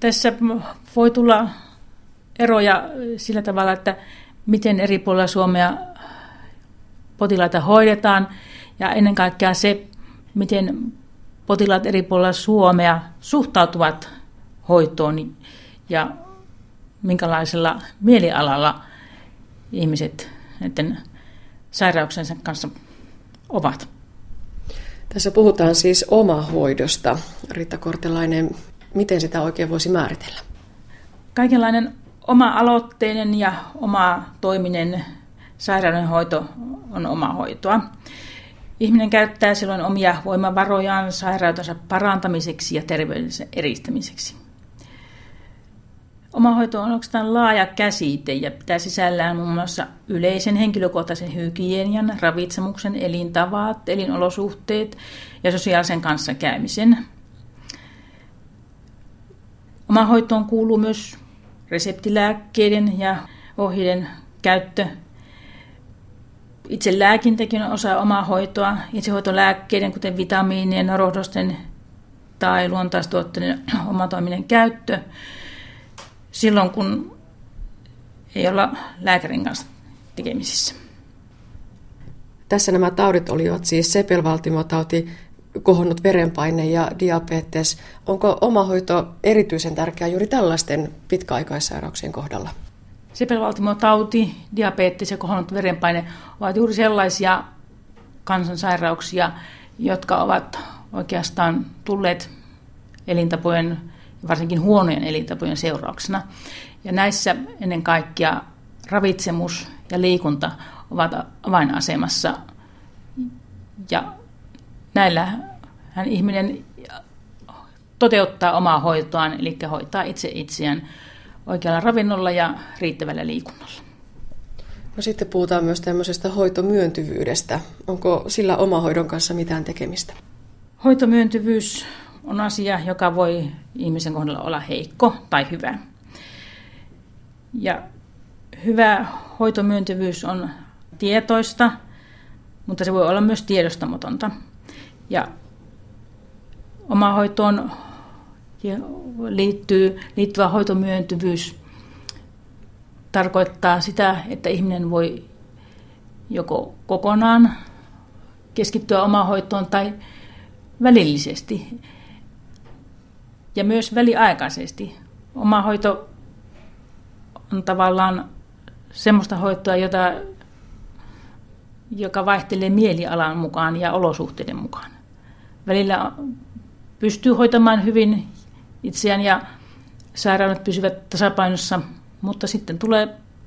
Tässä voi tulla eroja sillä tavalla, että miten eri puolilla Suomea potilaita hoidetaan ja ennen kaikkea se, miten potilaat eri puolilla Suomea suhtautuvat hoitoon ja minkälaisella mielialalla ihmiset näiden sairauksensa kanssa ovat. Tässä puhutaan siis omahoidosta. Riitta Kortelainen, miten sitä oikein voisi määritellä? Kaikenlainen oma-aloitteinen ja oma-toiminen sairaudenhoito on omahoitoa. Ihminen käyttää silloin omia voimavarojaan sairautensa parantamiseksi ja terveyden edistämiseksi. Omahoito on oikeastaan laaja käsite ja pitää sisällään muun muassa yleisen henkilökohtaisen hygienian, ravitsemuksen, elintavat, elinolosuhteet ja sosiaalisen kanssakäymisen. Omahoitoon kuuluu myös reseptilääkkeiden ja ohjeiden käyttö. Itse lääkintäkin on osa omahoitoa. Itsehoitolääkkeiden, kuten vitamiinien, rohdosten tai luontaistuotteiden omatoiminen käyttö silloin, kun ei olla lääkärin kanssa tekemisissä. Tässä nämä taudit olivat siis sepelvaltimotauti, kohonnut verenpaine ja diabetes. Onko omahoito erityisen tärkeää juuri tällaisten pitkäaikaissairauksien kohdalla? Sepelvaltimotauti, diabetes ja kohonnut verenpaine ovat juuri sellaisia kansansairauksia, jotka ovat oikeastaan tulleet elintapojen, varsinkin huonojen elintapojen seurauksena. Ja näissä ennen kaikkea ravitsemus ja liikunta ovat avainasemassa. Ja näillähän ihminen toteuttaa omaa hoitoaan, eli hoitaa itse itseään oikealla ravinnolla ja riittävällä liikunnalla. No sitten puhutaan myös tämmöisestä hoitomyöntyvyydestä. Onko sillä omahoidon kanssa mitään tekemistä? Hoitomyöntyvyys on asia, joka voi ihmisen kohdalla olla heikko tai hyvä. Ja hyvä hoitomyöntyvyys on tietoista, mutta se voi olla myös tiedostamatonta. Ja omahoitoon liittyvä hoitomyöntyvyys tarkoittaa sitä, että ihminen voi joko kokonaan keskittyä omahoitoon tai välillisesti ja myös väliaikaisesti. Omahoito on tavallaan semmoista hoitoa, joka vaihtelee mielialan mukaan ja olosuhteiden mukaan. Välillä pystyy hoitamaan hyvin itseään ja sairaudet pysyvät tasapainossa, mutta sitten tulee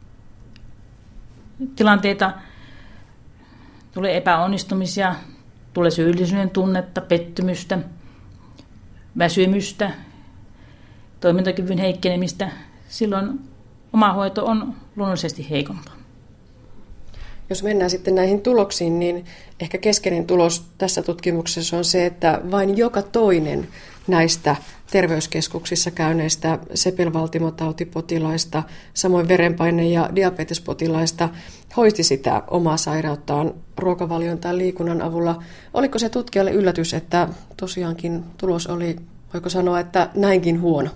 tilanteita, tulee epäonnistumisia, tulee syyllisyyden tunnetta, pettymystä, väsymystä, toimintakyvyn heikkenemistä. Silloin omahoito on luonnollisesti heikompaa. Jos mennään sitten näihin tuloksiin, niin ehkä keskeinen tulos tässä tutkimuksessa on se, että vain joka toinen näistä terveyskeskuksissa käyneistä sepelvaltimotautipotilaista, samoin verenpaine- ja diabetespotilaista hoiti sitä omaa sairauttaan ruokavalion tai liikunnan avulla. Oliko se tutkijalle yllätys, että tosiaankin tulos oli, voiko sanoa, että näinkin huono?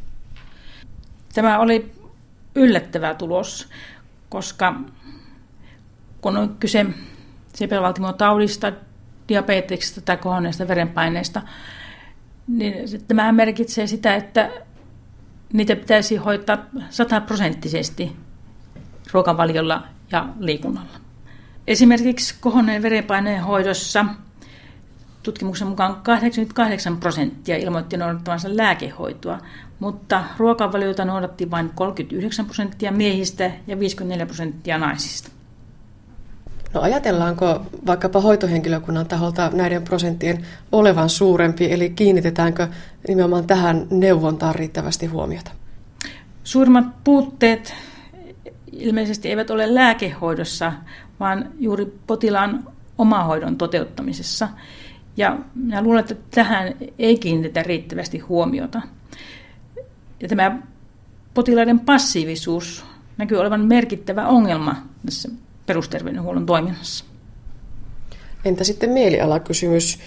Tämä oli yllättävä tulos, koska kun on kyse sepelvaltimotaudista, diabeteksesta tai kohonneesta verenpaineesta, niin tämä merkitsee sitä, että niitä pitäisi hoitaa 100% ruokavaliolla ja liikunnalla. Esimerkiksi kohonneen verenpaineen hoidossa tutkimuksen mukaan 88% ilmoitti noudattavansa lääkehoitoa, mutta ruokavaliota noudatti vain 39% miehistä ja 54% naisista. No ajatellaanko vaikkapa hoitohenkilökunnan taholta näiden prosenttien olevan suurempi, eli kiinnitetäänkö nimenomaan tähän neuvontaan riittävästi huomiota? Suurimmat puutteet ilmeisesti eivät ole lääkehoidossa, vaan juuri potilaan omahoidon toteuttamisessa. Ja minä luulen, että tähän ei kiinnitetä riittävästi huomiota. Ja tämä potilaiden passiivisuus näkyy olevan merkittävä ongelma tässä perusterveydenhuollon toiminnassa. Entä sitten mielialakysymys?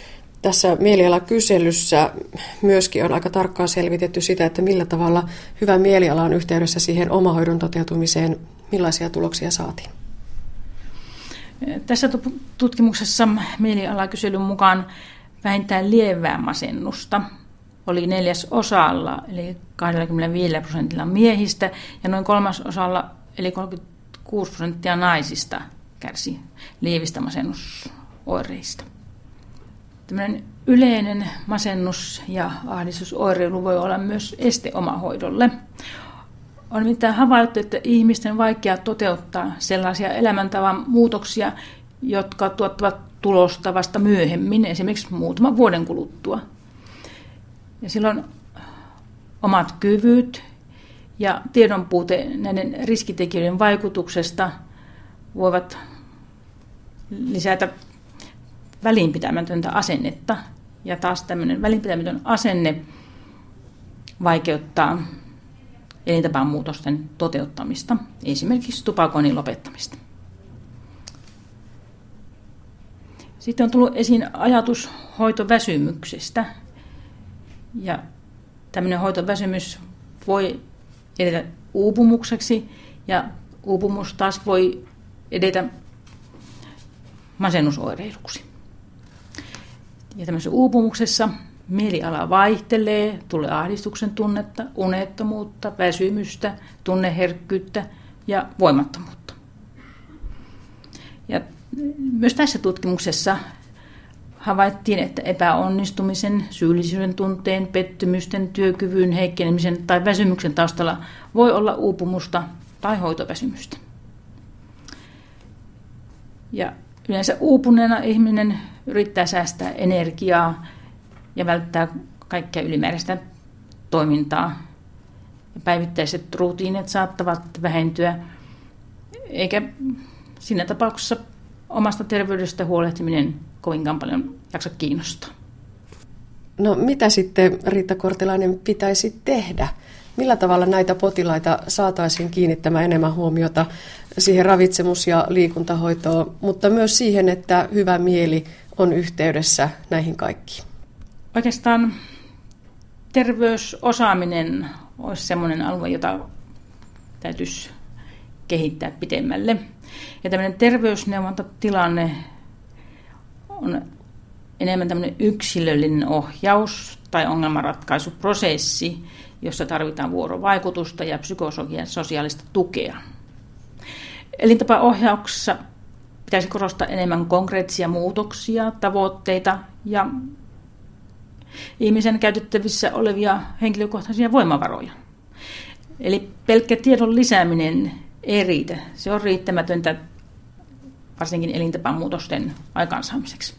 Tässä mielialakyselyssä myöskin on aika tarkkaan selvitetty sitä, että millä tavalla hyvä mieliala on yhteydessä siihen omahoidon toteutumiseen. Millaisia tuloksia saatiin? Tässä tutkimuksessa mielialakyselyn mukaan vähintään lievää masennusta oli 4/3, eli 25% miehistä, ja noin 3/3, eli 36% naisista kärsi lievistä masennusoireista. Tällainen yleinen masennus ja ahdistusoireilu voi olla myös este omahoidolle. On nimittäin havaittu, että ihmisten vaikea toteuttaa sellaisia elämäntavan muutoksia, jotka tuottavat tulosta vasta myöhemmin, esimerkiksi muutaman vuoden kuluttua. Ja silloin omat kyvyt ja tiedonpuute näiden riskitekijöiden vaikutuksesta voivat lisätä välinpitämätöntä asennetta. Ja taas tämmöinen välinpitämätön asenne vaikeuttaa elintapamuutosten toteuttamista, esimerkiksi tupakoinnin lopettamista. Sitten on tullut esiin ajatus hoitoväsymyksestä. Ja tämmöinen hoitoväsymys voi edetä uupumukseksi, ja uupumus taas voi edetä masennusoireiluksi. Ja tämmöisessä uupumuksessa mieliala vaihtelee, tulee ahdistuksen tunnetta, unettomuutta, väsymystä, tunneherkkyyttä ja voimattomuutta. Ja myös tässä tutkimuksessa havaittiin, että epäonnistumisen, syyllisyyden tunteen, pettymysten, työkyvyn heikkenemisen tai väsymyksen taustalla voi olla uupumusta tai hoitoväsymystä. Ja yleensä uupuneena ihminen yrittää säästää energiaa ja välttää kaikkea ylimääräistä toimintaa. Päivittäiset rutiinit saattavat vähentyä, eikä siinä tapauksessa omasta terveydestä huolehtiminen kovinkaan paljon jaksa kiinnostaa. No mitä sitten, Riitta Kortelainen, pitäisi tehdä? Millä tavalla näitä potilaita saataisiin kiinnittämään enemmän huomiota siihen ravitsemus- ja liikuntahoitoon, mutta myös siihen, että hyvä mieli on yhteydessä näihin kaikkiin? Oikeastaan terveysosaaminen olisi sellainen alue, jota täytyisi kehittää pidemmälle. Ja tämmöinen terveysneuvontatilanne on enemmän tämmöinen yksilöllinen ohjaus tai ongelmanratkaisuprosessi, jossa tarvitaan vuorovaikutusta ja psykososiaalista tukea. Elintapaohjauksessa pitäisi korostaa enemmän konkreettisia muutoksia, tavoitteita ja ihmisen käytettävissä olevia henkilökohtaisia voimavaroja. Eli pelkkä tiedon lisääminen ei riitä. Se on riittämätöntä varsinkin elintapamuutosten aikaansaamiseksi.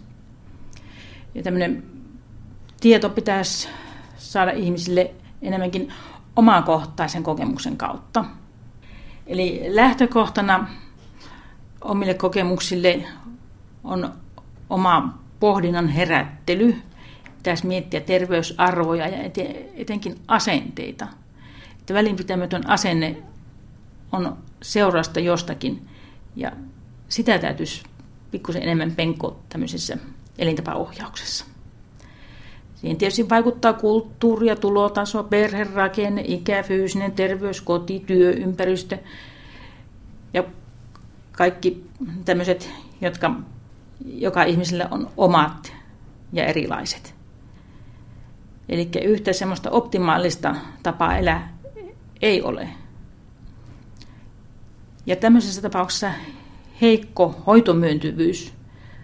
Ja tämmöinen tieto pitäisi saada ihmisille enemmänkin omakohtaisen kokemuksen kautta. Eli lähtökohtana omille kokemuksille on oma pohdinnan herättely. Pitäisi miettiä terveysarvoja ja etenkin asenteita. Että välinpitämätön asenne on seurausta jostakin, ja sitä täytyisi pikkusen enemmän penkoa tämmöisessä elintapaohjauksessa. Siihen tietysti vaikuttaa kulttuuri ja tulotaso, perherakenne, ikä, fyysinen terveys, koti, työympäristö ja kaikki tämmöiset, jotka joka ihmisellä on omat ja erilaiset. Eli yhtä semmoista optimaalista tapaa elää ei ole. Ja tämmöisessä tapauksessa heikko hoitomyöntyvyys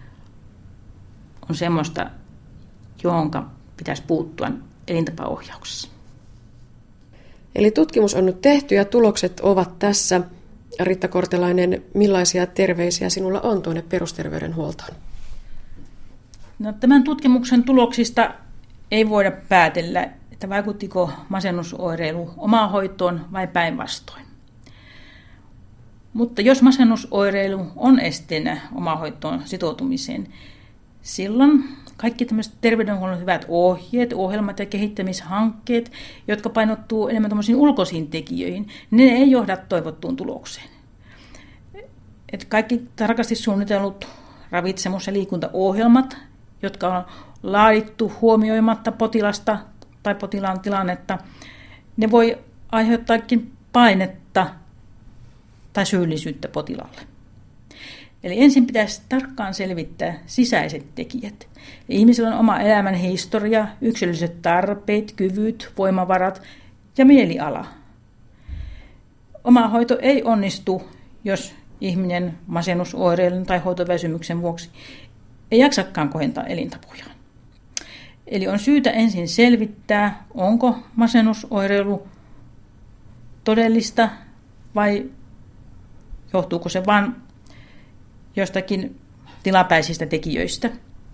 on semmoista, johon pitäisi puuttua elintapaohjauksessa. Eli tutkimus on nyt tehty ja tulokset ovat tässä. Riitta Kortelainen, millaisia terveisiä sinulla on tuonne perusterveydenhuoltoon? No, tämän tutkimuksen tuloksista ei voida päätellä, että vaikuttiko masennusoireilu omahoitoon vai päinvastoin. Mutta jos masennusoireilu on esteenä omahoitoon sitoutumiseen, silloin kaikki tämmöiset terveydenhuollon hyvät ohjeet, ohjelmat ja kehittämishankkeet, jotka painottuu enemmän tämmöisiin ulkoisiin tekijöihin, ne ei johda toivottuun tulokseen. Et kaikki tarkasti suunnitellut ravitsemus- ja liikuntaohjelmat jotka on laadittu huomioimatta potilasta tai potilaan tilannetta, ne voi aiheuttaakin painetta tai syyllisyyttä potilaalle. Eli ensin pitäisi tarkkaan selvittää sisäiset tekijät. Ihmisellä on oma elämän historia, yksilölliset tarpeet, kyvyt, voimavarat ja mieliala. Oma hoito ei onnistu, jos ihminen masennusoireilun tai hoitoväsymyksen vuoksi ei jaksakaan kohentaa elintapojaan. Eli on syytä ensin selvittää, onko masennusoireilu todellista vai johtuuko se vain jostakin tilapäisistä tekijöistä.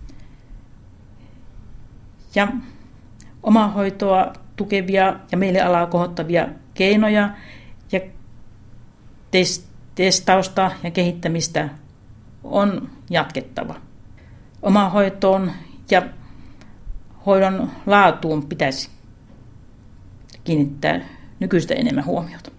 Ja omahoitoa tukevia ja mielialaa kohottavia keinoja ja testausta ja kehittämistä on jatkettava. Omahoitoon ja hoidon laatuun pitäisi kiinnittää nykyistä enemmän huomiota.